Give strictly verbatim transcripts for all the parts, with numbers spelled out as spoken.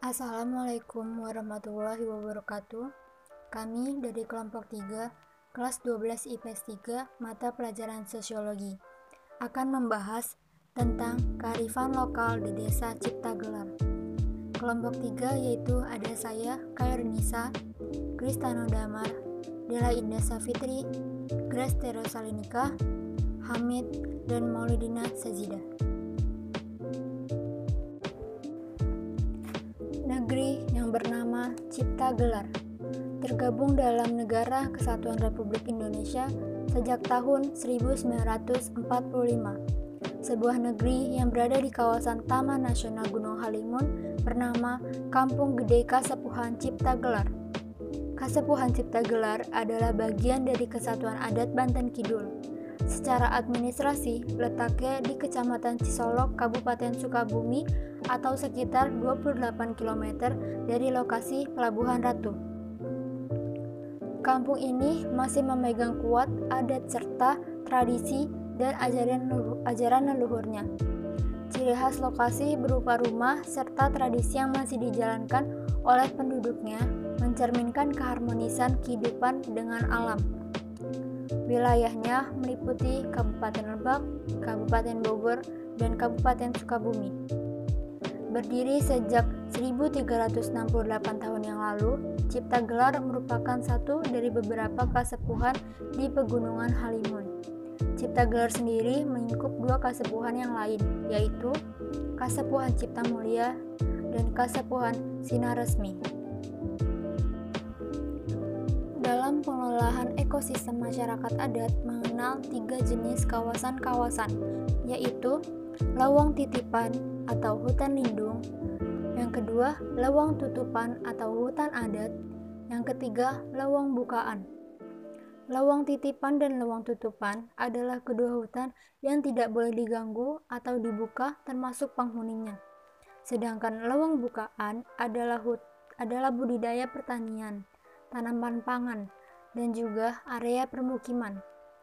Assalamualaikum warahmatullahi wabarakatuh. Kami dari kelompok tiga, kelas dua belas I P S tiga, mata pelajaran sosiologi, akan membahas tentang kearifan lokal di Desa Ciptagelar. Kelompok tiga yaitu ada saya, Kairunisa, Kristano Damar, Dela Indah Safitri, Grace Terosalinika, Hamid, dan Maulidina Sazidah. Negeri yang bernama Ciptagelar tergabung dalam Negara Kesatuan Republik Indonesia sejak tahun seribu sembilan ratus empat puluh lima. Sebuah negeri yang berada di kawasan Taman Nasional Gunung Halimun bernama Kampung Gede Kasepuhan Ciptagelar. Kasepuhan Ciptagelar adalah bagian dari Kesatuan Adat Banten Kidul. Secara administrasi, letaknya di Kecamatan Cisolok, Kabupaten Sukabumi, atau sekitar dua puluh delapan kilometer dari lokasi Pelabuhan Ratu. Kampung ini masih memegang kuat adat serta tradisi dan ajaran, ajaran leluhurnya. Ciri khas lokasi berupa rumah serta tradisi yang masih dijalankan oleh penduduknya mencerminkan keharmonisan kehidupan dengan alam. Wilayahnya meliputi Kabupaten Lebak, Kabupaten Bogor, dan Kabupaten Sukabumi. Berdiri sejak seribu tiga ratus enam puluh delapan tahun yang lalu, Ciptagelar merupakan satu dari beberapa kasepuhan di Pegunungan Halimun. Ciptagelar sendiri melingkup dua kasepuhan yang lain, yaitu Kasepuhan Cipta Mulia dan Kasepuhan Sinaresmi. Dalam pengelolaan ekosistem masyarakat adat mengenal tiga jenis kawasan-kawasan, yaitu lawang titipan atau hutan lindung, yang kedua lawang tutupan atau hutan adat, yang ketiga lawang bukaan. Lawang titipan dan lawang tutupan adalah kedua hutan yang tidak boleh diganggu atau dibuka termasuk penghuninya. Sedangkan lawang bukaan adalah hut, adalah budidaya pertanian, tanaman pangan, dan juga area permukiman.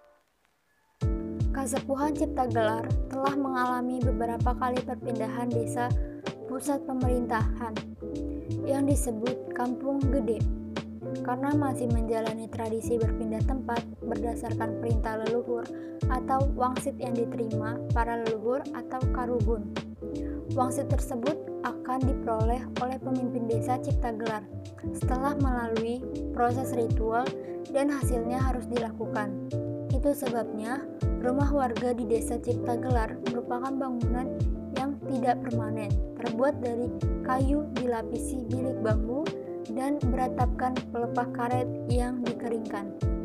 Kasepuhan Ciptagelar telah mengalami beberapa kali perpindahan desa pusat pemerintahan yang disebut Kampung Gede karena masih menjalani tradisi berpindah tempat berdasarkan perintah leluhur atau wangsit yang diterima para leluhur atau karugun. Wangsit tersebut akan diperoleh oleh pemimpin desa Ciptagelar setelah melalui proses ritual dan hasilnya harus dilakukan. Itu sebabnya rumah warga di desa Ciptagelar merupakan bangunan yang tidak permanen, terbuat dari kayu dilapisi bilik bambu dan beratapkan pelepah karet yang dikeringkan.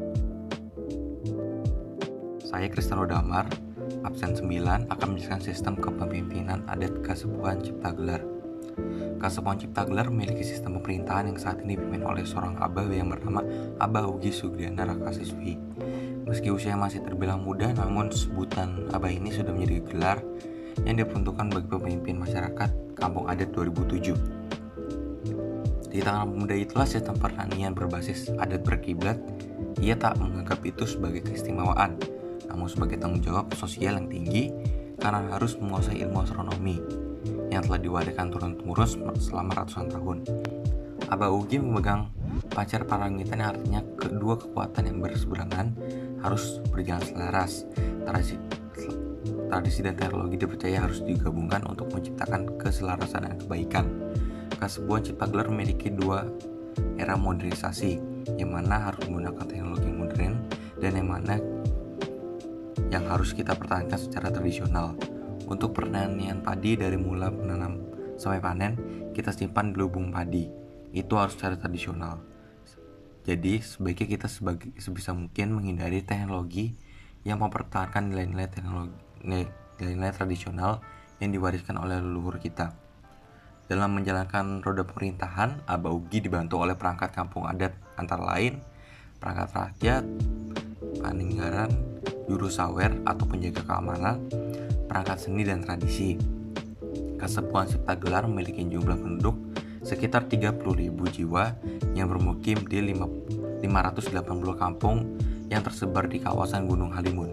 Saya Kristano Damar, absen sembilan, akan menjelaskan sistem kepemimpinan adat Kasepuhan Ciptagelar. Kasepuhan Ciptagelar memiliki sistem pemerintahan yang saat ini dipimpin oleh seorang abah yang bernama Abah Ugi Sugriana Rakasiswi. Meski usia masih terbilang muda, namun sebutan abah ini sudah menjadi gelar yang diperuntukkan bagi pemimpin masyarakat Kampung Adat dua ribu tujuh. Di tangan pemuda itulah sistem pertanian berbasis adat berkiblat. Ia tak menganggap itu sebagai keistimewaan, namun sebagai tanggung jawab sosial yang tinggi karena harus menguasai ilmu astronomi yang telah diwariskan turun-temurun selama ratusan tahun. Abah Ugi memegang pacar parangitan yang artinya kedua kekuatan yang berseberangan harus berjalan selaras. Tradisi, tradisi dan teknologi dipercaya harus digabungkan untuk menciptakan keselarasan dan kebaikan. Kasepuhan Ciptagelar memiliki dua era modernisasi, yang mana harus menggunakan teknologi modern dan yang mana yang harus kita pertahankan secara tradisional. Untuk pertanian padi dari mula menanam sampai panen, kita simpan di lubung padi. Itu harus secara tradisional. Jadi sebaiknya kita sebagai, sebisa mungkin menghindari teknologi yang mempertahankan nilai-nilai teknologi, nilai-nilai tradisional yang diwariskan oleh leluhur kita. Dalam menjalankan roda pemerintahan, Abah Ugi dibantu oleh perangkat kampung adat antara lain perangkat rakyat, paninggaran, juru sawer atau penjaga keamanan, perangkat seni dan tradisi. Kasepuhan Ciptagelar memiliki jumlah penduduk sekitar tiga puluh ribu jiwa yang bermukim di lima ratus delapan puluh kampung yang tersebar di kawasan Gunung Halimun.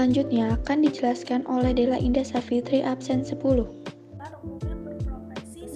Selanjutnya akan dijelaskan oleh Dela Indah Safitri absen sepuluh.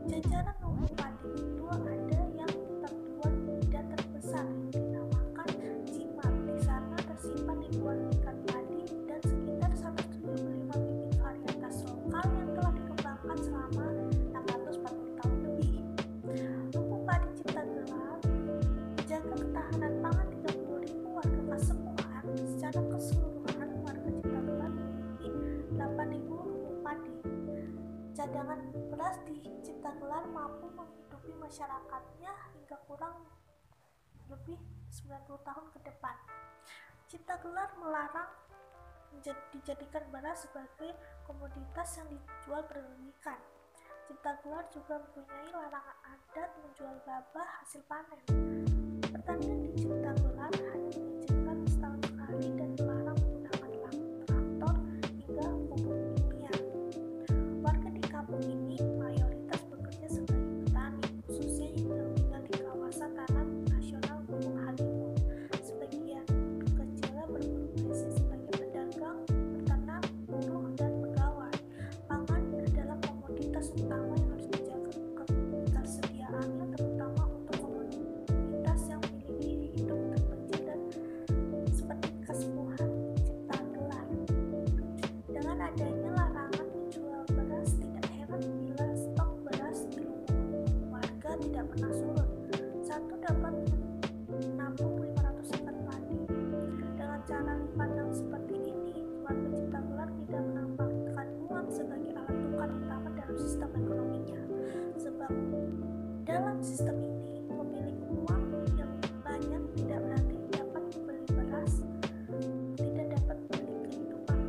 Jajaran lumbung padi itu ada yang tertua dan terbesar yang dinamakan Cimat. Di sana tersimpan ribuan ikat padi dan sekitar seratus tujuh puluh lima bibit varietas lokal yang telah dikembangkan selama enam ratus empat puluh tahun lebih. Lumbung padi Cipta Gelar menjaga ketahanan pangan tiga puluh ribu warga Kasepuhan. Secara keseluruhan, warga Cipta Gelar memiliki delapan ribu lumbung padi. Cadangan beras di Cipta Gelar mampu menghidupi masyarakatnya hingga kurang lebih sembilan puluh tahun ke depan. Cipta Gelar melarang dijadikan beras sebagai komoditas yang dijual berlebihan. Cipta Gelar juga mempunyai larangan adat menjual gabah hasil panen. Pertanian di Cipta Gelar hanya diizinkan setahun sekali dan melarang menggunakan traktor hingga pupuk kimia. Warga di kampung ini mayoritas bekerja sebagai petani, khususnya yang tinggal di kawasan Taman Nasional Gunung Halimun. Sebagian kecilnya berprofesi sebagai pedagang, peternak, buruh, dan pegawai. Pangan adalah komoditas utama yang harus dijaga ketersediaannya, terutama untuk komunitas yang memiliki hidup terpencil dan seperti Kasepuhan Cipta Gelar. Dengan adanya larangan menjual beras, tidak heran bila stok beras di lumbung warga tidak pernah surut. Satu dapat menampung lima ratus ikat padi. Dengan cara pandang seperti ini, warga Cipta Gelar tidak menampakkan uang sebagai alat tukar utama dalam sistem ekonominya. Sebab dalam sistem ini, pemilik uang yang banyak tidak berarti dapat membeli beras, tidak dapat membeli kehidupan.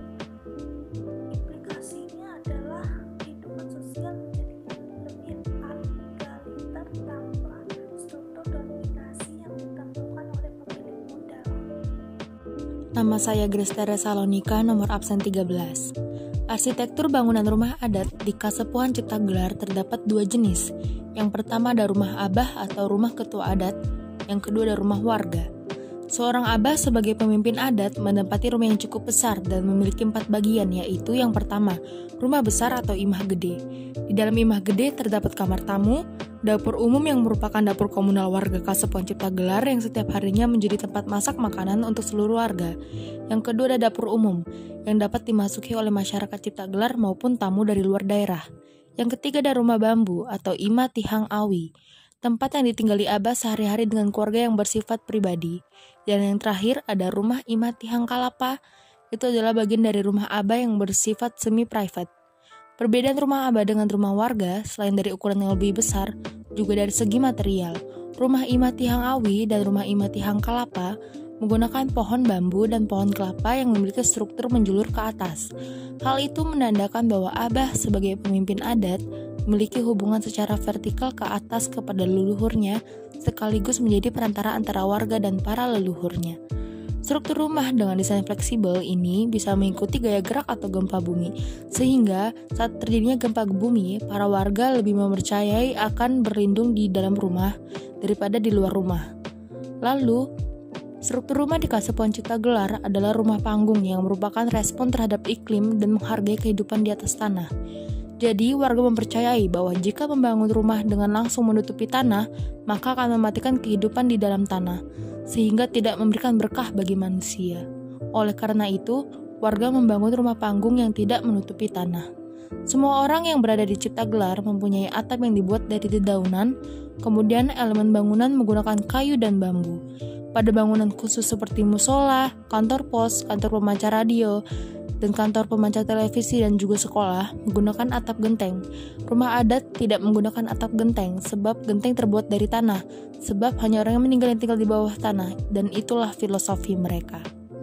Implikasinya adalah kehidupan sosial menjadi lebih egaliter tanpa struktur dominasi yang ditentukan oleh pemilik modal. Nama saya Grace Teresa Salonika, nomor absen tiga belas. Arsitektur bangunan rumah adat di Kasepuhan Cipta Gelar terdapat dua jenis. Yang pertama ada rumah abah atau rumah ketua adat, yang kedua ada rumah warga. Seorang abah sebagai pemimpin adat menempati rumah yang cukup besar dan memiliki empat bagian, yaitu yang pertama, rumah besar atau imah gede. Di dalam imah gede terdapat kamar tamu, dapur umum yang merupakan dapur komunal warga Kasepuhan Cipta Gelar yang setiap harinya menjadi tempat masak makanan untuk seluruh warga. Yang kedua ada dapur umum, yang dapat dimasuki oleh masyarakat Cipta Gelar maupun tamu dari luar daerah. Yang ketiga ada rumah bambu atau imah tihang awi, tempat yang ditinggali abah sehari-hari dengan keluarga yang bersifat pribadi. Dan yang terakhir ada rumah imah tihang kalapa, itu adalah bagian dari rumah abah yang bersifat semi-private. Perbedaan rumah abah dengan rumah warga, selain dari ukuran yang lebih besar, juga dari segi material. Rumah imah tihang awi dan rumah imah tihang kalapa menggunakan pohon bambu dan pohon kelapa yang memiliki struktur menjulur ke atas. Hal itu menandakan bahwa abah sebagai pemimpin adat memiliki hubungan secara vertikal ke atas kepada leluhurnya, sekaligus menjadi perantara antara warga dan para leluhurnya. Struktur rumah dengan desain fleksibel ini bisa mengikuti gaya gerak atau gempa bumi, sehingga saat terjadinya gempa bumi, para warga lebih mempercayai akan berlindung di dalam rumah daripada di luar rumah. Lalu, struktur rumah di Kasepuhan Cipta Gelar adalah rumah panggung yang merupakan respon terhadap iklim dan menghargai kehidupan di atas tanah. Jadi, warga mempercayai bahwa jika membangun rumah dengan langsung menutupi tanah, maka akan mematikan kehidupan di dalam tanah, sehingga tidak memberikan berkah bagi manusia. Oleh karena itu, warga membangun rumah panggung yang tidak menutupi tanah. Semua orang yang berada di Cipta Gelar mempunyai atap yang dibuat dari dedaunan, kemudian elemen bangunan menggunakan kayu dan bambu. Pada bangunan khusus seperti musola, kantor pos, kantor pemancar radio, dan kantor pemancar televisi dan juga sekolah menggunakan atap genteng. Rumah adat tidak menggunakan atap genteng sebab genteng terbuat dari tanah, sebab hanya orang yang meninggal yang tinggal di bawah tanah, dan itulah filosofi mereka.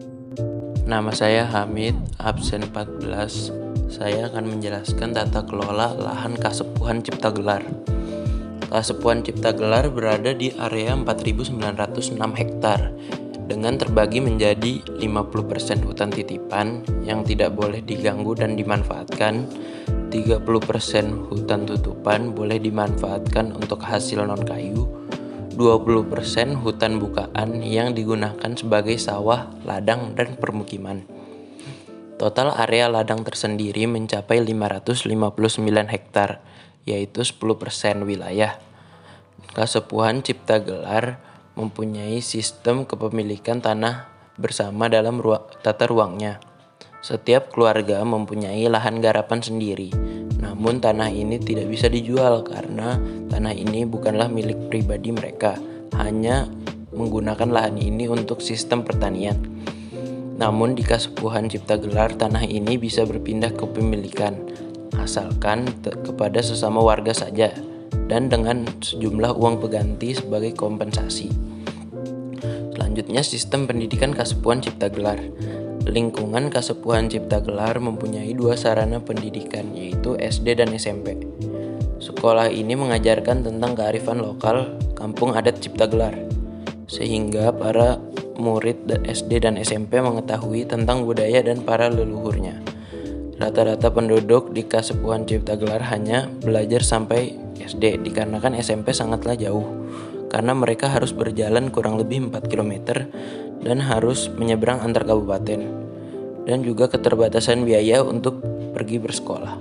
Nama saya Hamid, absen empat belas. Saya akan menjelaskan tata kelola lahan Kasepuhan Cipta Gelar. Kasepuhan Cipta Gelar berada di area empat ribu sembilan ratus enam hektar dengan terbagi menjadi lima puluh persen hutan titipan yang tidak boleh diganggu dan dimanfaatkan, tiga puluh persen hutan tutupan boleh dimanfaatkan untuk hasil non-kayu, dua puluh persen hutan bukaan yang digunakan sebagai sawah, ladang, dan permukiman. Total area ladang tersendiri mencapai lima ratus lima puluh sembilan hektar, yaitu sepuluh persen wilayah. Kasepuhan Cipta Gelar mempunyai sistem kepemilikan tanah bersama dalam ruang, tata ruangnya. Setiap keluarga mempunyai lahan garapan sendiri, namun tanah ini tidak bisa dijual karena tanah ini bukanlah milik pribadi mereka, hanya menggunakan lahan ini untuk sistem pertanian. Namun di Kasepuhan Cipta Gelar, tanah ini bisa berpindah kepemilikan, asalkan te- kepada sesama warga saja, dan dengan sejumlah uang pengganti sebagai kompensasi. Selanjutnya, sistem pendidikan Kasepuhan Cipta Gelar. Lingkungan Kasepuhan Cipta Gelar mempunyai dua sarana pendidikan, yaitu S D dan S M P. Sekolah ini mengajarkan tentang kearifan lokal kampung adat Cipta Gelar, sehingga para murid S D dan S M P mengetahui tentang budaya dan para leluhurnya. Rata-rata penduduk di Kasepuhan Cipta Gelar hanya belajar sampai S D, dikarenakan S M P sangatlah jauh, karena mereka harus berjalan kurang lebih empat kilometer dan harus menyeberang antar kabupaten, dan juga keterbatasan biaya untuk pergi bersekolah.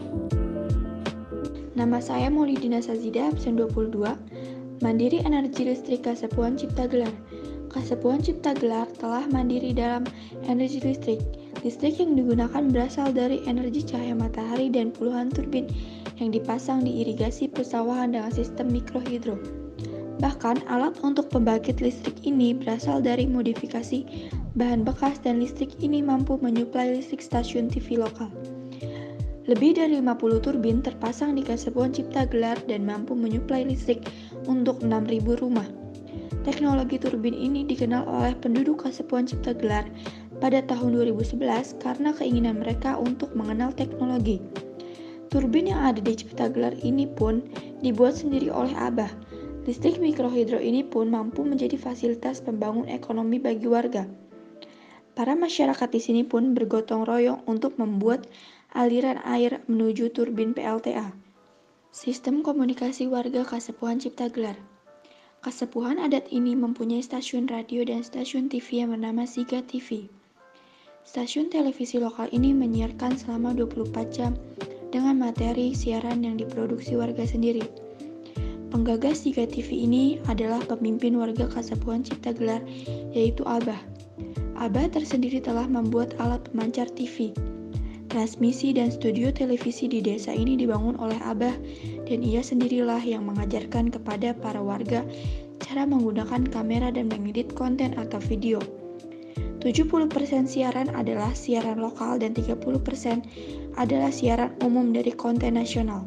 Nama saya Maulidina Sazida, absen dua puluh dua, Mandiri Energi Listrik Kasepuhan Cipta Gelar. Kasepuhan Cipta Gelar telah mandiri dalam energi listrik. Listrik yang digunakan berasal dari energi cahaya matahari dan puluhan turbin yang dipasang di irigasi persawahan dengan sistem mikrohidro. Bahkan, alat untuk pembangkit listrik ini berasal dari modifikasi bahan bekas dan listrik ini mampu menyuplai listrik stasiun T V lokal. Lebih dari lima puluh turbin terpasang di Kasepuhan Cipta Gelar dan mampu menyuplai listrik untuk enam ribu rumah. Teknologi turbin ini dikenal oleh penduduk Kasepuhan Cipta Gelar pada tahun dua ribu sebelas karena keinginan mereka untuk mengenal teknologi. Turbin yang ada di Cipta Gelar ini pun dibuat sendiri oleh Abah. Listrik mikrohidro ini pun mampu menjadi fasilitas pembangun ekonomi bagi warga. Para masyarakat di sini pun bergotong royong untuk membuat aliran air menuju turbin P L T A. Sistem komunikasi warga Kasepuhan Cipta Gelar. Kasepuhan adat ini mempunyai stasiun radio dan stasiun T V yang bernama Siga T V. Stasiun televisi lokal ini menyiarkan selama dua puluh empat jam dengan materi siaran yang diproduksi warga sendiri. Penggagas Siga T V ini adalah pemimpin warga Kasepuhan Cipta Gelar, yaitu Abah. Abah tersendiri telah membuat alat pemancar T V. Transmisi dan studio televisi di desa ini dibangun oleh Abah, dan ia sendirilah yang mengajarkan kepada para warga cara menggunakan kamera dan mengedit konten atau video. tujuh puluh persen siaran adalah siaran lokal dan tiga puluh persen adalah siaran umum dari konten nasional.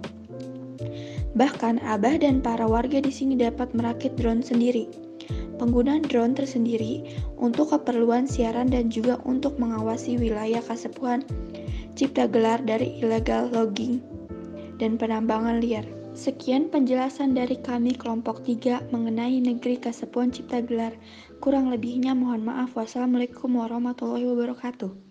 Bahkan Abah dan para warga di sini dapat merakit drone sendiri. Penggunaan drone tersendiri untuk keperluan siaran dan juga untuk mengawasi wilayah Kasepuhan Cipta Gelar dari illegal logging dan penambangan liar. Sekian penjelasan dari kami kelompok tiga mengenai negeri Kasepuhan Cipta Gelar. Kurang lebihnya mohon maaf. Wassalamualaikum warahmatullahi wabarakatuh.